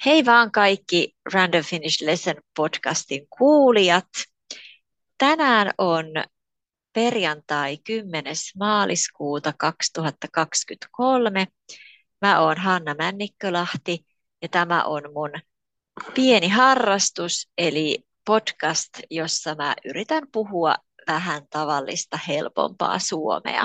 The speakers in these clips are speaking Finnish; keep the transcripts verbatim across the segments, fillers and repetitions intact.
Hei vaan kaikki Random Finnish Lesson podcastin kuulijat. Tänään on perjantai kymmenes maaliskuuta kaksituhattakaksikymmentäkolme. Mä oon Hanna Männikkölahti ja tämä on mun pieni harrastus eli podcast, jossa mä yritän puhua vähän tavallista helpompaa suomea.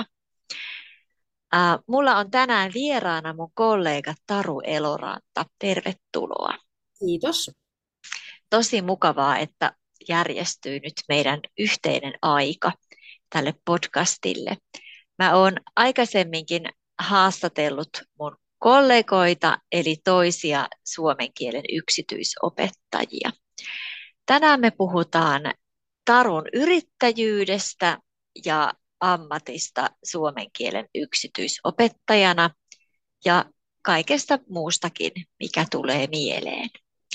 Uh, mulla on tänään vieraana mun kollega Taru Eloranta. Tervetuloa. Kiitos. Tosi mukavaa, että järjestyy nyt meidän yhteinen aika tälle podcastille. Mä oon aikaisemminkin haastatellut mun kollegoita, eli toisia suomen kielen yksityisopettajia. Tänään me puhutaan Tarun yrittäjyydestä ja ammatista suomen kielen yksityisopettajana ja kaikesta muustakin, mikä tulee mieleen.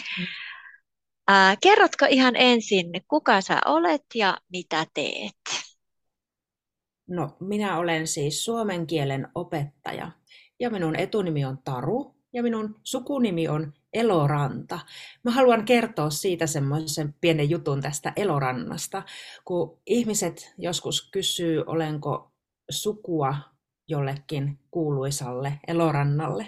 Ää, kerrotko ihan ensin, kuka sä olet ja mitä teet? No, minä olen siis suomen kielen opettaja ja minun etunimi on Taru ja minun sukunimi on Eloranta. Mä haluan kertoa siitä semmoisen pienen jutun tästä Elorannasta, kun ihmiset joskus kysyy, olenko sukua jollekin kuuluisalle Elorannalle.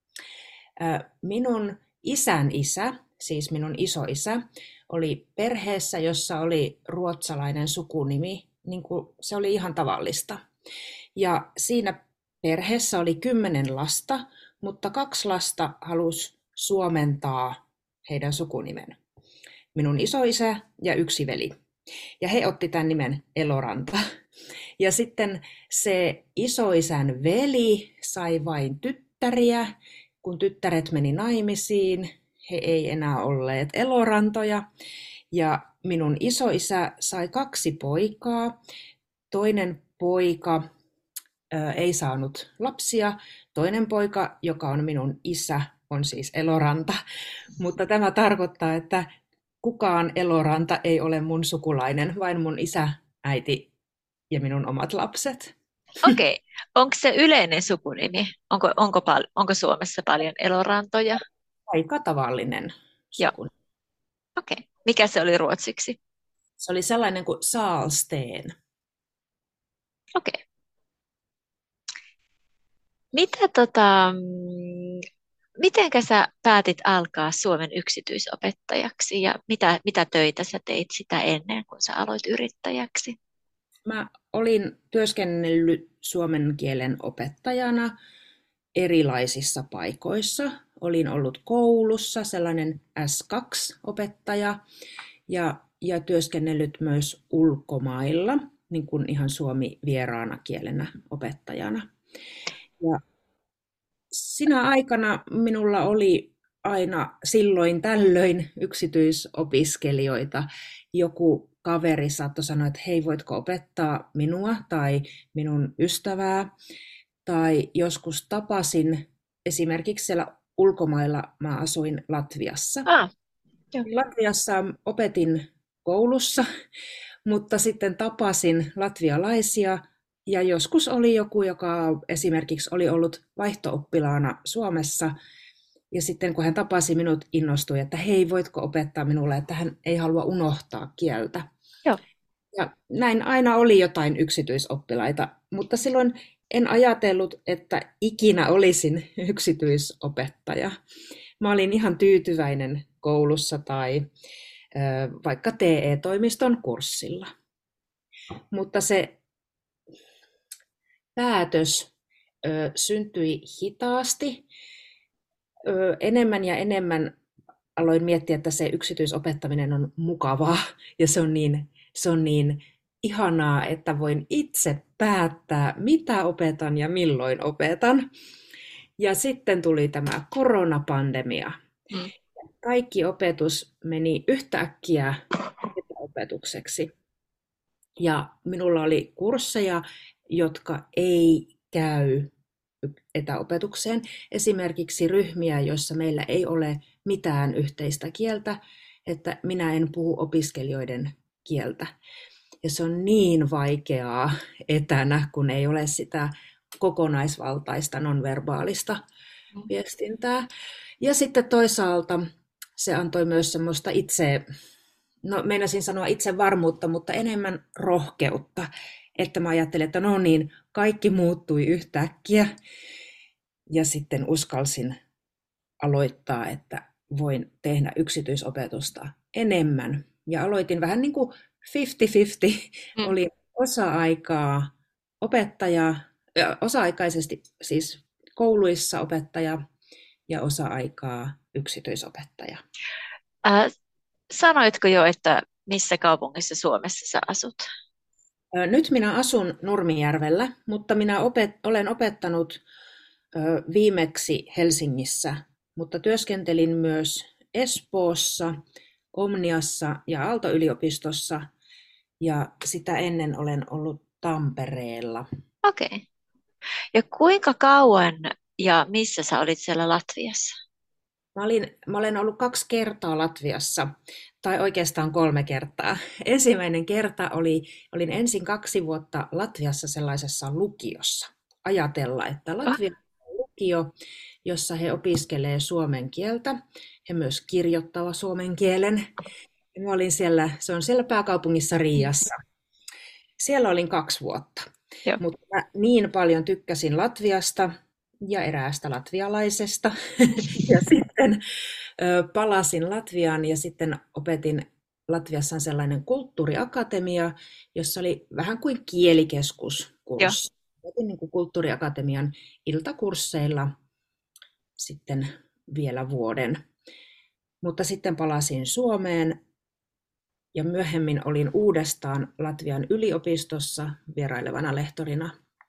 Minun isän isä, siis minun isoisä, oli perheessä, jossa oli ruotsalainen sukunimi, niin kuin se oli ihan tavallista. Ja siinä perheessä oli kymmenen lasta, mutta kaksi lasta halusi suomentaa heidän sukunimen. Minun isoisä ja yksi veli. Ja he otti tämän nimen Eloranta. Ja sitten se isoisän veli sai vain tyttäriä. Kun tyttäret meni naimisiin, he ei enää olleet Elorantoja. Ja minun isoisä sai kaksi poikaa. Toinen poika ää, ei saanut lapsia. Toinen poika, joka on minun isä, on siis Eloranta. Mutta tämä tarkoittaa, että kukaan Eloranta ei ole mun sukulainen, vain mun isä, äiti ja minun omat lapset. Okei, okay. Onko se yleinen sukunimi? Onko, onko, pal- onko Suomessa paljon Elorantoja? Aika tavallinen Joo, sukunimi. okei. Okay. Mikä se oli ruotsiksi? Se oli sellainen kuin Saalsteen. Okei. Okay. Mitä tota, mm, mitenkä sä päätit alkaa Suomen yksityisopettajaksi ja mitä, mitä töitä sä teit sitä ennen kuin sä aloit yrittäjäksi? Mä olin työskennellyt suomen kielen opettajana erilaisissa paikoissa. Olin ollut koulussa sellainen S kaksi opettaja ja, ja työskennellyt myös ulkomailla, niin kuin ihan suomi vieraana kielenä opettajana. Ja sinä aikana minulla oli aina silloin tällöin yksityisopiskelijoita. Joku kaveri saattoi sanoa, että hei, voitko opettaa minua tai minun ystävää. Tai joskus tapasin esimerkiksi siellä ulkomailla, mä asuin Latviassa. Ah, joo. Latviassa opetin koulussa, mutta sitten tapasin latvialaisia ja joskus oli joku, joka esimerkiksi oli ollut vaihto-oppilaana Suomessa. Ja sitten kun hän tapasi minut, innostui, että hei, voitko opettaa minulle, että hän ei halua unohtaa kieltä. Joo. Ja näin aina oli jotain yksityisoppilaita, mutta silloin en ajatellut, että ikinä olisin yksityisopettaja. Mä olin ihan tyytyväinen koulussa tai ö, vaikka T E-toimiston kurssilla. Mutta se päätös ö, syntyi hitaasti. Ö, enemmän ja enemmän aloin miettiä, että se yksityisopettaminen on mukavaa ja se on niin, se on niin ihanaa, että voin itse päättää, mitä opetan ja milloin opetan. Ja sitten tuli tämä koronapandemia. Mm. Kaikki opetus meni yhtäkkiä etäopetukseksi. Ja minulla oli kursseja, jotka ei käy etäopetukseen. Esimerkiksi ryhmiä, joissa meillä ei ole mitään yhteistä kieltä, että minä en puhu opiskelijoiden kieltä. Ja se on niin vaikeaa etänä, kun ei ole sitä kokonaisvaltaista nonverbaalista Mm. viestintää. Ja sitten toisaalta se antoi myös semmoista itse, no meinasin sanoa itsevarmuutta, mutta enemmän rohkeutta. Että mä ajattelin, että no niin, kaikki muuttui yhtäkkiä. Ja sitten uskalsin aloittaa, että voin tehdä yksityisopetusta enemmän. Ja aloitin vähän niin kuin viisikymmentä viisikymmentä, Mm. oli osa-aikaa opettaja, osa-aikaisesti siis kouluissa opettaja ja osa-aikaa yksityisopettaja. Äh, sanoitko jo, että missä kaupungissa Suomessa sä asut? Nyt minä asun Nurmijärvellä, mutta minä opet, olen opettanut viimeksi Helsingissä, mutta työskentelin myös Espoossa, Omniassa ja Aalto-yliopistossa ja sitä ennen olen ollut Tampereella. Okei. Okay. Ja kuinka kauan ja missä sä olit siellä Latviassa? Mä, olin, mä olen ollut kaksi kertaa Latviassa, tai oikeastaan kolme kertaa. Ensimmäinen kerta oli, olin ensin kaksi vuotta Latviassa sellaisessa lukiossa. Ajatella, että Latvia on lukio, jossa he opiskelee suomen kieltä. He myös kirjoittavat suomen kielen. Ja mä olin siellä, se on siellä pääkaupungissa Riiassa. Siellä olin kaksi vuotta. Joo. Mutta mä niin paljon tykkäsin Latviasta ja eräästä latvialaisesta. Ja sitten ö, palasin Latviaan ja sitten opetin Latviassa on sellainen kulttuuriakatemia, jossa oli vähän kuin kielikeskuskurssi. Opetin niin kuin kulttuuriakatemian iltakursseilla sitten vielä vuoden. Mutta sitten palasin Suomeen ja myöhemmin olin uudestaan Latvian yliopistossa vierailevana lehtorina.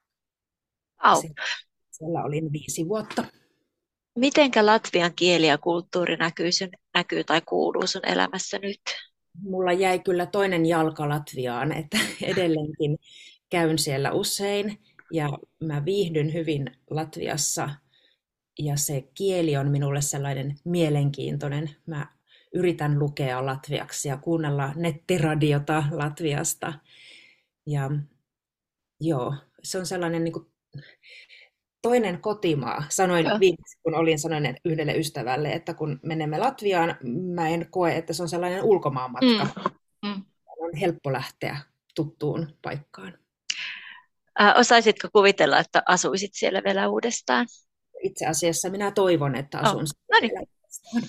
Au. Siellä olin viisi vuotta. Mitenkä latvian kieli ja kulttuuri näkyy, sun, näkyy tai kuuluu sun elämässä nyt? Mulla jäi kyllä toinen jalka Latviaan, että edelleenkin käyn siellä usein ja mä viihdyn hyvin Latviassa ja se kieli on minulle sellainen mielenkiintoinen. Mä yritän lukea latviaksi ja kuunnella nettiradiota Latviasta. Ja joo, se on sellainen niin kuin toinen kotimaa. Sanoin Joo. viimeksi, kun olin sanonut yhdelle ystävälle, että kun menemme Latviaan, mä en koe, että se on sellainen ulkomaanmatka. Mm. Mm. On helppo lähteä tuttuun paikkaan. Äh, osaisitko kuvitella, että asuisit siellä vielä uudestaan? Itse asiassa minä toivon, että asun Oh. siellä No niin. vielä uudestaan.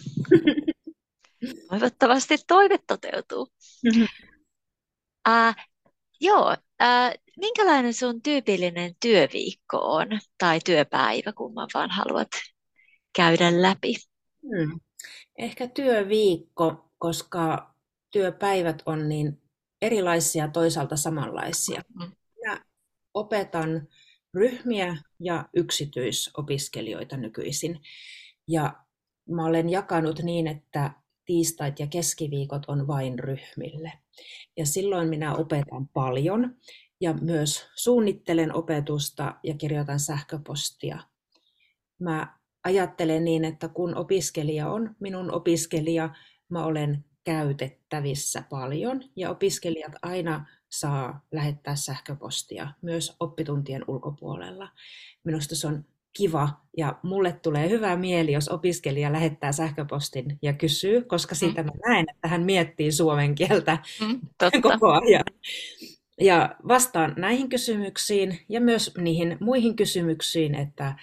Toivottavasti toive toteutuu. Mm-hmm. Uh, joo, uh, minkälainen sun tyypillinen työviikko on tai työpäivä, kun mä vaan haluat käydä läpi? Hmm. Ehkä työviikko, koska työpäivät on niin erilaisia toisaalta samanlaisia. Mm. Minä opetan ryhmiä ja yksityisopiskelijoita nykyisin. Ja mä olen jakanut niin, että tiistait ja keskiviikot on vain ryhmille. Ja silloin minä opetan paljon ja myös suunnittelen opetusta ja kirjoitan sähköpostia. Mä ajattelen niin, että kun opiskelija on minun opiskelija, mä olen käytettävissä paljon ja opiskelijat aina saa lähettää sähköpostia myös oppituntien ulkopuolella. Minusta se on kiva ja mulle tulee hyvä mieli, jos opiskelija lähettää sähköpostin ja kysyy, koska siitä mä näen, että hän miettii suomen kieltä mm, totta. koko ajan. Ja vastaan näihin kysymyksiin ja myös niihin muihin kysymyksiin, että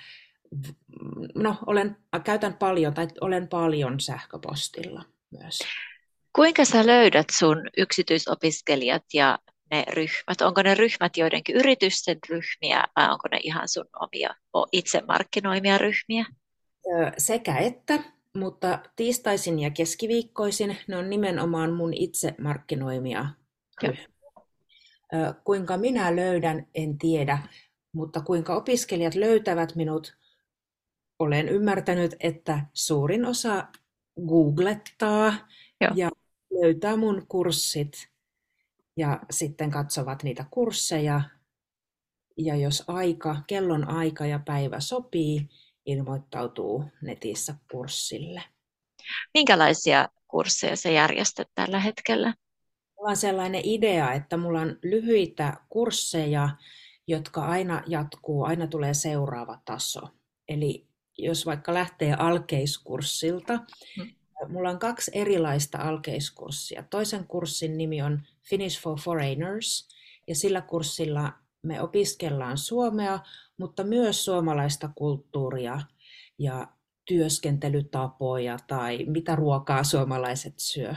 no, olen, käytän paljon tai olen paljon sähköpostilla myös. Kuinka sä löydät sun yksityisopiskelijat ja ne ryhmät? Onko ne ryhmät joidenkin yritysten ryhmiä vai onko ne ihan sun omia itse markkinoimia ryhmiä? Sekä että, mutta tiistaisin ja keskiviikkoisin ne on nimenomaan mun itse markkinoimia ryhmiä. Kuinka minä löydän, en tiedä, mutta kuinka opiskelijat löytävät minut, olen ymmärtänyt, että suurin osa googlettaa Joo. ja löytää mun kurssit ja sitten katsovat niitä kursseja. Ja jos aika, kellon aika ja päivä sopii, ilmoittautuu netissä kurssille. Minkälaisia kursseja sä järjestät tällä hetkellä? Mulla on sellainen idea, että mulla on lyhyitä kursseja, jotka aina jatkuu, aina tulee seuraava taso. Eli jos vaikka lähtee alkeiskurssilta, Mm. mulla on kaksi erilaista alkeiskurssia. Toisen kurssin nimi on Finnish for Foreigners, ja sillä kurssilla me opiskellaan suomea, mutta myös suomalaista kulttuuria ja työskentelytapoja tai mitä ruokaa suomalaiset syö.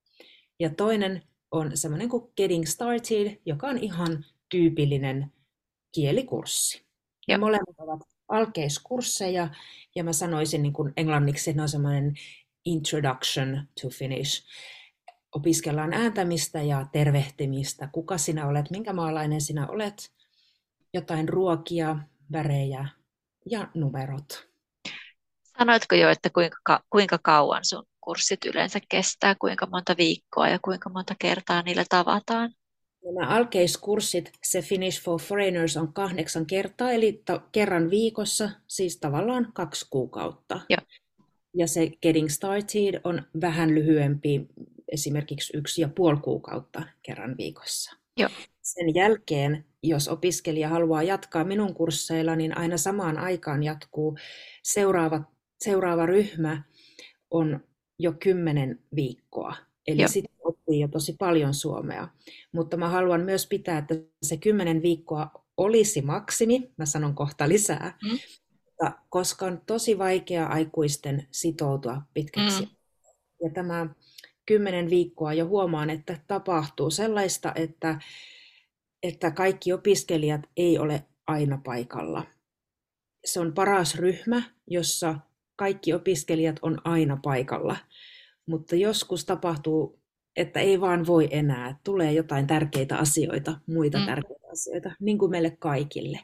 Ja toinen on semmoinen kuin Getting Started, joka on ihan tyypillinen kielikurssi. Ne Joo. molemmat ovat alkeiskursseja, ja mä sanoisin niin kuin englanniksi, ne on semmoinen Introduction to Finnish. Opiskellaan ääntämistä ja tervehtimistä, kuka sinä olet, minkä maalainen sinä olet, jotain ruokia, värejä ja numerot. Sanoitko jo, että kuinka, kuinka kauan sun kurssit yleensä kestää, kuinka monta viikkoa ja kuinka monta kertaa niillä tavataan? Nämä alkeiskurssit, se Finnish for Foreigners on kahdeksan kertaa, eli ta- kerran viikossa, siis tavallaan kaksi kuukautta. Joo. Ja se Getting Started on vähän lyhyempi, esimerkiksi yksi ja puoli kuukautta kerran viikossa. Joo. Sen jälkeen, jos opiskelija haluaa jatkaa minun kursseilla, niin aina samaan aikaan jatkuu seuraava, seuraava ryhmä on jo kymmenen viikkoa. Eli sitten oppii jo tosi paljon suomea. Mutta mä haluan myös pitää, että se kymmenen viikkoa olisi maksimi. Mä sanon kohta lisää. Mm. Koska on tosi vaikea aikuisten sitoutua pitkäksi. Mm. Ja tämä kymmenen viikkoa jo huomaan, että tapahtuu sellaista, että, että kaikki opiskelijat ei ole aina paikalla. Se on paras ryhmä, jossa kaikki opiskelijat on aina paikalla. Mutta joskus tapahtuu, että ei vaan voi enää. Tulee jotain tärkeitä asioita, muita mm. tärkeitä asioita, niin kuin meille kaikille.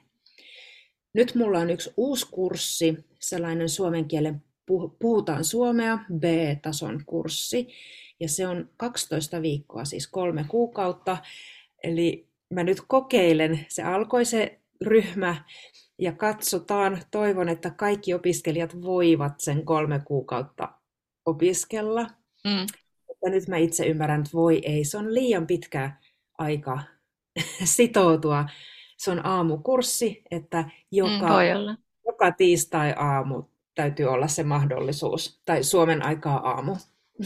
Nyt mulla on yksi uusi kurssi, sellainen suomen kielen puhutaan suomea, B-tason kurssi. Ja se on kaksitoista viikkoa, siis kolme kuukautta. Eli mä nyt kokeilen, se alkoi se ryhmä ja katsotaan, toivon, että kaikki opiskelijat voivat sen kolme kuukautta opiskella. Mm. Mutta nyt mä itse ymmärrän, että voi ei, se on liian pitkä aika sitoutua. Se on aamukurssi, että joka, mm, joka tiistai-aamu täytyy olla se mahdollisuus, tai Suomen aikaa aamu.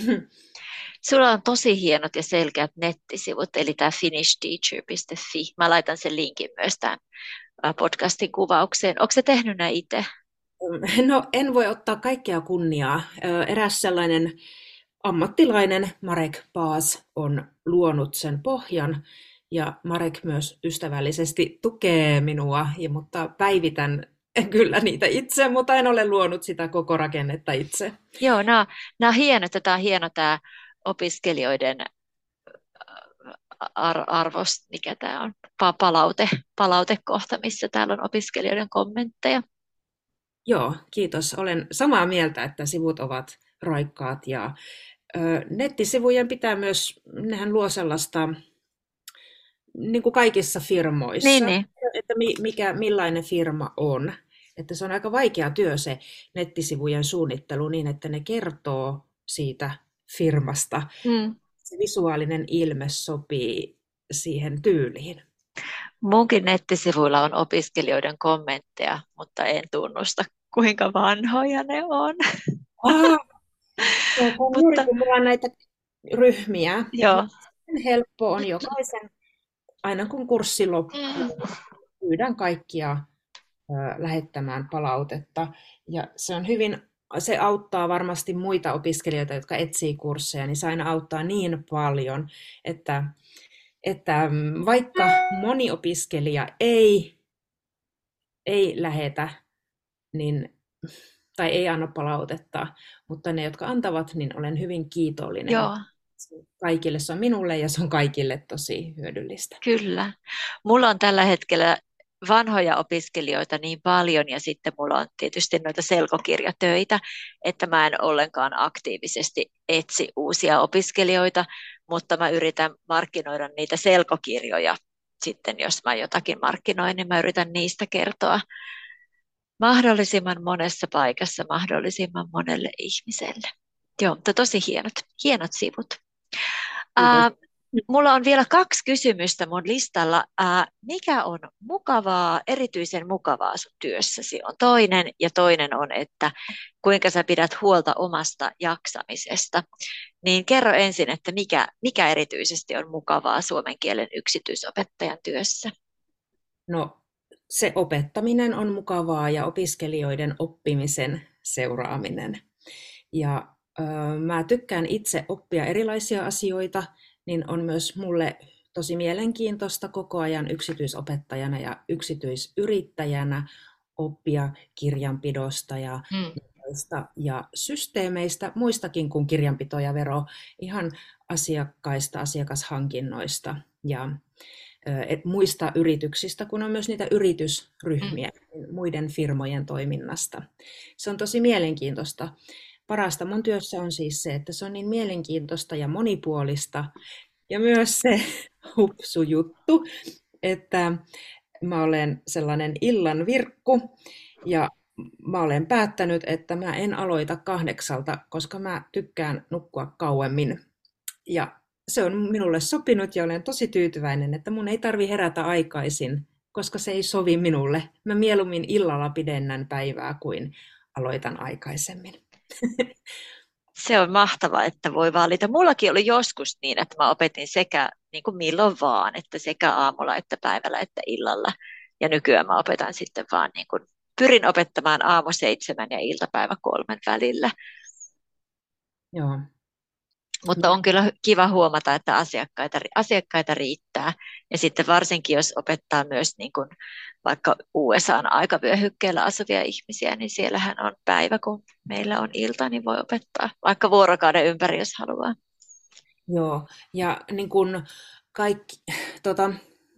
Sulla on tosi hienot ja selkeät nettisivut, eli tämä finnish teacher piste fi. Mä laitan sen linkin myös tämän podcastin kuvaukseen. Onko se tehnyt nämä itse? No en voi ottaa kaikkea kunniaa. Eräs sellainen ammattilainen, Marek Paas, on luonut sen pohjan, ja Marek myös ystävällisesti tukee minua, ja, mutta päivitän kyllä niitä itse, mutta en ole luonut sitä koko rakennetta itse. Joo, nämä, nämä on hienot, tämä on hieno tämä opiskelijoiden ar- arvost, mikä tämä on, palaute, palautekohta, missä täällä on opiskelijoiden kommentteja. Joo, kiitos. Olen samaa mieltä, että sivut ovat raikkaat, ja ö, nettisivujen pitää myös, nehän luo sellaista, niin kuin kaikissa firmoissa, niin, niin. että mikä, millainen firma on. Että se on aika vaikea työ se nettisivujen suunnittelu niin, että ne kertoo siitä firmasta. Mm. Se visuaalinen ilme sopii siihen tyyliin. Munkin nettisivuilla on opiskelijoiden kommentteja, mutta en tunnusta, kuinka vanhoja ne on. Ah, mutta kun mulla on näitä ryhmiä, joo. Niin helppo on jokaisen, aina kun kurssi loppuu, pyydän kaikkia ö, lähettämään palautetta. Ja se on hyvin, se auttaa varmasti muita opiskelijoita, jotka etsii kursseja, niin se aina auttaa niin paljon, että, että vaikka moni opiskelija ei, ei lähetä, niin, tai ei anna palautetta, mutta ne, jotka antavat, niin olen hyvin kiitollinen. Joo. Kaikille se on minulle ja se on kaikille tosi hyödyllistä. Kyllä. Mulla on tällä hetkellä vanhoja opiskelijoita niin paljon ja sitten mulla on tietysti noita selkokirjatöitä, että mä en ollenkaan aktiivisesti etsi uusia opiskelijoita, mutta mä yritän markkinoida niitä selkokirjoja. Sitten jos mä jotakin markkinoin, niin mä yritän niistä kertoa mahdollisimman monessa paikassa mahdollisimman monelle ihmiselle. Joo, mutta tosi hienot, hienot sivut. Uh, Mulla on vielä kaksi kysymystä mun listalla. Ää, mikä on mukavaa, erityisen mukavaa sun työssäsi on toinen, ja toinen on, että kuinka sä pidät huolta omasta jaksamisesta. Niin kerro ensin, että mikä, mikä erityisesti on mukavaa suomen kielen yksityisopettajan työssä. No, se opettaminen on mukavaa ja opiskelijoiden oppimisen seuraaminen. Ja ö, mä tykkään itse oppia erilaisia asioita, niin on myös mulle tosi mielenkiintoista koko ajan yksityisopettajana ja yksityisyrittäjänä oppia kirjanpidosta ja Mm. ja systeemeistä, muistakin kuin kirjanpito ja vero, ihan asiakkaista, asiakashankinnoista ja et muista yrityksistä, kun on myös niitä yritysryhmiä Mm. muiden firmojen toiminnasta. Se on tosi mielenkiintoista. Parasta mun työssä on siis se, että se on niin mielenkiintoista ja monipuolista. Ja myös se hupsu juttu, että mä olen sellainen illan virkku ja mä olen päättänyt, että mä en aloita kahdeksalta, koska mä tykkään nukkua kauemmin. Ja se on minulle sopinut ja olen tosi tyytyväinen, että mun ei tarvi herätä aikaisin, koska se ei sovi minulle. Mä mieluummin illalla pidennän päivää kuin aloitan aikaisemmin. Se on mahtavaa, että voi valita. Mullakin oli joskus niin, että mä opetin sekä niin kuin milloin vaan, että sekä aamulla että päivällä että illalla. Ja nykyään mä opetan sitten vaan niin kuin, pyrin opettamaan aamu seitsemän ja iltapäivä kolmen välillä. Joo. Mutta on kyllä kiva huomata, että asiakkaita, asiakkaita riittää. Ja sitten varsinkin, jos opettaa myös niin kuin vaikka U S A:n aikavyöhykkeellä asuvia ihmisiä, niin siellähän on päivä, kun meillä on ilta, niin voi opettaa vaikka vuorokauden ympäri, jos haluaa. Joo, ja niin kun kaikki, tota,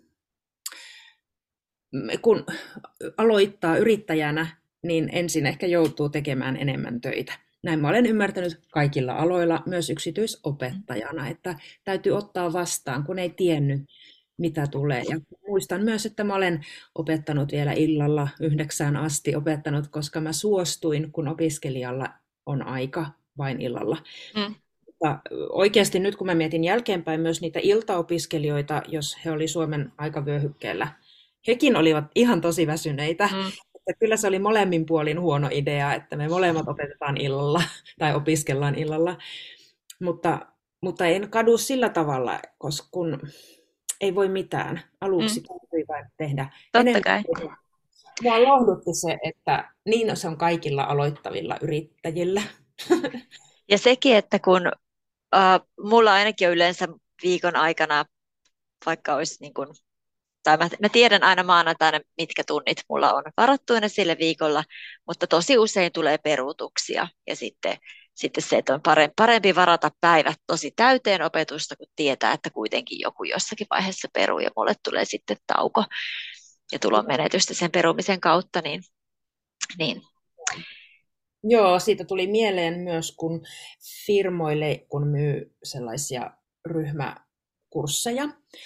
kun aloittaa yrittäjänä, niin ensin ehkä joutuu tekemään enemmän töitä. Näin mä olen ymmärtänyt kaikilla aloilla, myös yksityisopettajana, että täytyy ottaa vastaan, kun ei tiennyt, mitä tulee. Ja muistan myös, että mä olen opettanut vielä illalla yhdeksään asti opettanut, koska mä suostuin, kun opiskelijalla on aika vain illalla. Mm. Mutta oikeasti nyt, kun mä mietin jälkeenpäin myös niitä iltaopiskelijoita, jos he oli Suomen aikavyöhykkeellä, hekin olivat ihan tosi väsyneitä. Mm. Että kyllä se oli molemmin puolin huono idea, että me molemmat opetetaan illalla tai opiskellaan illalla. Mutta, mutta en kadu sillä tavalla, koska kun ei voi mitään. Aluksi täytyy vain tehdä Totta enemmän. kai. Mua lohdutti se, että niin se on kaikilla aloittavilla yrittäjillä. Ja sekin, että kun äh, mulla ainakin on yleensä viikon aikana, vaikka olisi niin kuin, tai mä, mä tiedän aina maanantaina, mitkä tunnit mulla on varattuina sille viikolla, mutta tosi usein tulee peruutuksia ja sitten, sitten se, että on parempi, parempi varata päivät tosi täyteen opetusta, kun tietää, että kuitenkin joku jossakin vaiheessa peruu ja mulle tulee sitten tauko ja tulon menetystä sen perumisen kautta, niin, niin. Joo, siitä tuli mieleen myös, kun firmoille, kun myy sellaisia ryhmäkursseja,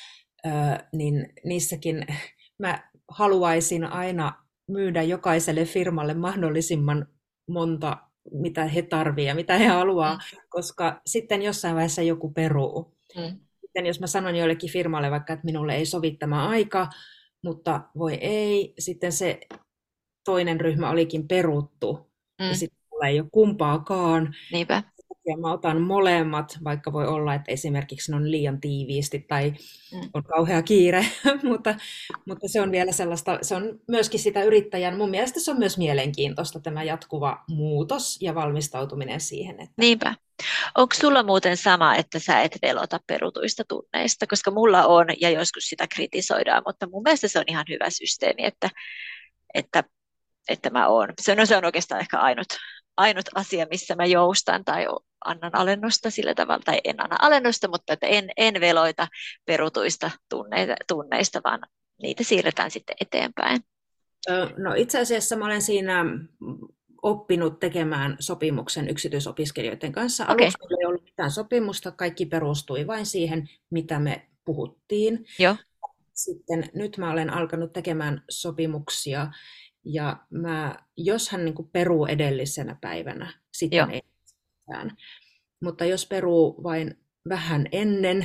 niin niissäkin mä haluaisin aina myydä jokaiselle firmalle mahdollisimman monta, mitä he tarvitsevat ja mitä he haluaa, mm. koska sitten jossain vaiheessa joku peruu. Mm. Sitten jos mä sanon jollekin firmalle vaikka, että minulle ei sovi tämä aika, mutta voi ei, sitten se toinen ryhmä olikin peruttu mm. ja sitten mulla ei ole kumpaakaan. Niinpä. Ja mä otan molemmat, vaikka voi olla, että esimerkiksi ne on liian tiiviisti tai mm. on kauhea kiire, mutta, mutta se on vielä sellaista, se on myöskin sitä yrittäjän, mun mielestä se on myös mielenkiintoista tämä jatkuva muutos ja valmistautuminen siihen. Että... Niinpä. Onko sulla muuten sama, että sä et velota perutuista tunneista, koska mulla on ja joskus sitä kritisoidaan, mutta mun mielestä se on ihan hyvä systeemi, että, että, että mä oon. Se, no se on oikeastaan ehkä ainut, ainut asia, missä mä joustan tai annan alennusta sillä tavalla, tai en anna alennusta, mutta että en, en veloita perutuista tunneita, tunneista, vaan niitä siirretään sitten eteenpäin. No itse asiassa mä olen siinä oppinut tekemään sopimuksen yksityisopiskelijoiden kanssa. Okay. Aluksi ei ollut mitään sopimusta, kaikki perustui vain siihen, mitä me puhuttiin. Joo. Sitten nyt mä olen alkanut tekemään sopimuksia, ja mä, jos hän niin kuin peruu edellisenä päivänä, sitten Joo. ei mitään. Mutta jos peruu vain vähän ennen,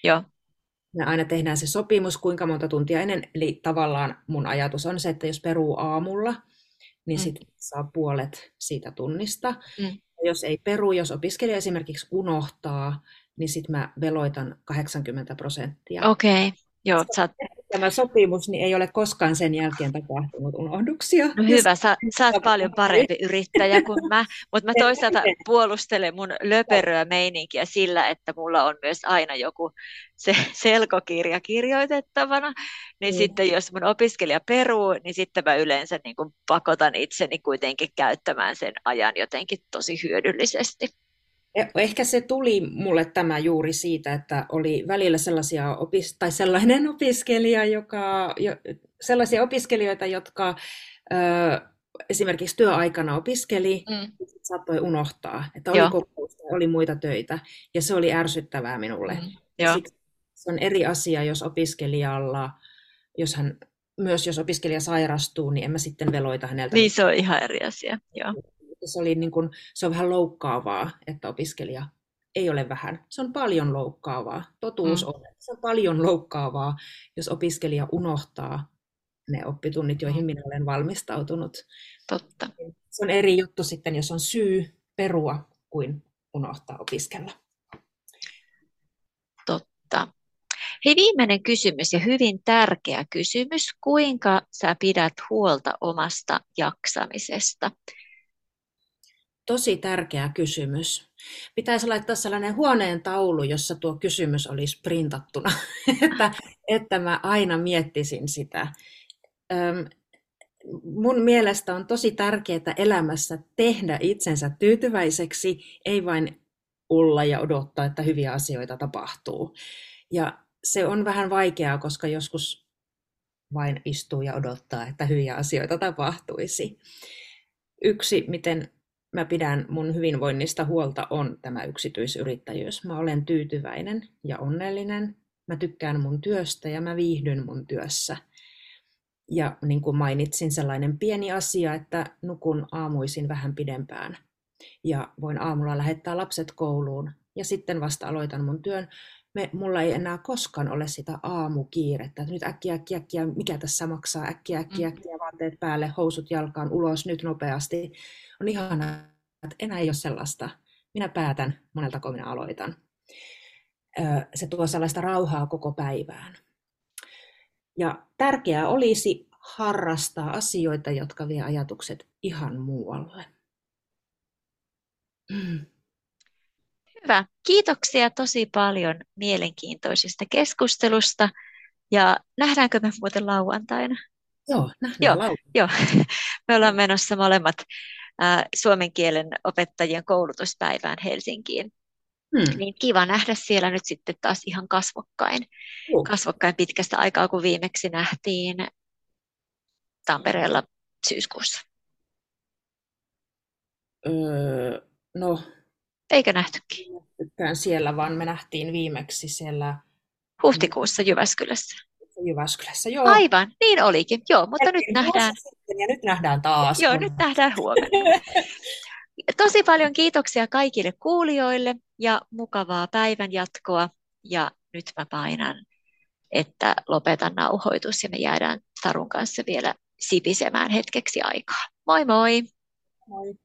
joo. Me aina tehdään se sopimus, kuinka monta tuntia ennen. Eli tavallaan mun ajatus on se, että jos peruu aamulla, niin Mm. sitten saa puolet siitä tunnista. Mm. Ja jos ei peru, jos opiskelija esimerkiksi unohtaa, niin sitten mä veloitan kahdeksankymmentä prosenttia. Okei, okay. Joo, sä oot... Tämä sopimus niin ei ole koskaan sen jälkeen tapahtunut unohduksia. No hyvä, sä, sä oot paljon parempi yrittäjä kuin mä, mutta mä toisaalta puolustelen mun löperöä meininkiä sillä, että mulla on myös aina joku se selkokirja kirjoitettavana, niin mm. sitten jos mun opiskelija peruu, niin sitten mä yleensä niin kuin pakotan itseni kuitenkin käyttämään sen ajan jotenkin tosi hyödyllisesti. Ehkä se tuli mulle tämä juuri siitä, että oli välillä sellaisia opis- tai sellainen opiskelija, joka, jo, sellaisia opiskelijoita, jotka ö, esimerkiksi työaikana opiskeli, mm. saattoi unohtaa, että oli kokousta, oli muita töitä, ja se oli ärsyttävää minulle. Mm. Siksi se on eri asia, jos opiskelijalla, jos hän, myös jos opiskelija sairastuu, niin en mä sitten veloita häneltä. Niin, se on ihan eri asia, joo. Se, oli niin kuin, se on vähän loukkaavaa, että opiskelija ei ole vähän. Se on paljon loukkaavaa. Totuus mm. on, että se on paljon loukkaavaa, jos opiskelija unohtaa ne oppitunnit, joihin minä olen valmistautunut. Totta. Se on eri juttu sitten, jos on syy perua kuin unohtaa opiskella. Totta. Hei, viimeinen kysymys ja hyvin tärkeä kysymys. Kuinka sä pidät huolta omasta jaksamisesta? Tosi tärkeä kysymys. Pitäisi laittaa sellainen huoneen taulu, jossa tuo kysymys olisi printattuna, että, että mä aina miettisin sitä. Öm, mun mielestä on tosi tärkeää elämässä tehdä itsensä tyytyväiseksi, ei vain olla ja odottaa, että hyviä asioita tapahtuu. Ja se on vähän vaikeaa, koska joskus vain istuu ja odottaa, että hyviä asioita tapahtuisi. Yksi, miten mä pidän mun hyvinvoinnista huolta, on tämä yksityisyrittäjyys. Mä olen tyytyväinen ja onnellinen. Mä tykkään mun työstä ja mä viihdyn mun työssä. Ja niin kuin mainitsin, sellainen pieni asia, että nukun aamuisin vähän pidempään. Ja voin aamulla lähettää lapset kouluun ja sitten vasta aloitan mun työn. Me, mulla ei enää koskaan ole sitä aamukiirettä, että nyt äkkiä, äkkiä, äkkiä, mikä tässä maksaa, äkkiä, äkkiä, äkkiä, vaatteet päälle, housut jalkaan, ulos, nyt nopeasti. On ihanaa, että enää ei ole sellaista. Minä päätän, moneltako minä aloitan. Se tuo sellaista rauhaa koko päivään. Ja tärkeää olisi harrastaa asioita, jotka vie ajatukset ihan muualle. Mm. Hyvä. Kiitoksia tosi paljon mielenkiintoisesta keskustelusta. Ja nähdäänkö me muuten lauantaina? Joo, nähdään joo, lauantaina. Joo. Me ollaan menossa molemmat äh, suomen kielen opettajien koulutuspäivään Helsinkiin. Hmm. Niin kiva nähdä siellä nyt sitten taas ihan kasvokkain. Uh. Kasvokkain pitkästä aikaa, kun viimeksi nähtiin Tampereella syyskuussa. Öö, no... Eikö nähtykin? Tykkään siellä, vaan me nähtiin viimeksi siellä... Huhtikuussa Jyväskylässä. Jyväskylässä, joo. Aivan, niin olikin. Joo, mutta nyt nähdään... Ja nyt nähdään taas. Joo, nyt nähdään huomenna. Tosi paljon kiitoksia kaikille kuulijoille ja mukavaa päivän jatkoa. Ja nyt mä painan, että lopetan nauhoitus ja me jäädään Tarun kanssa vielä sipisemään hetkeksi aikaa. Moi moi! Moi!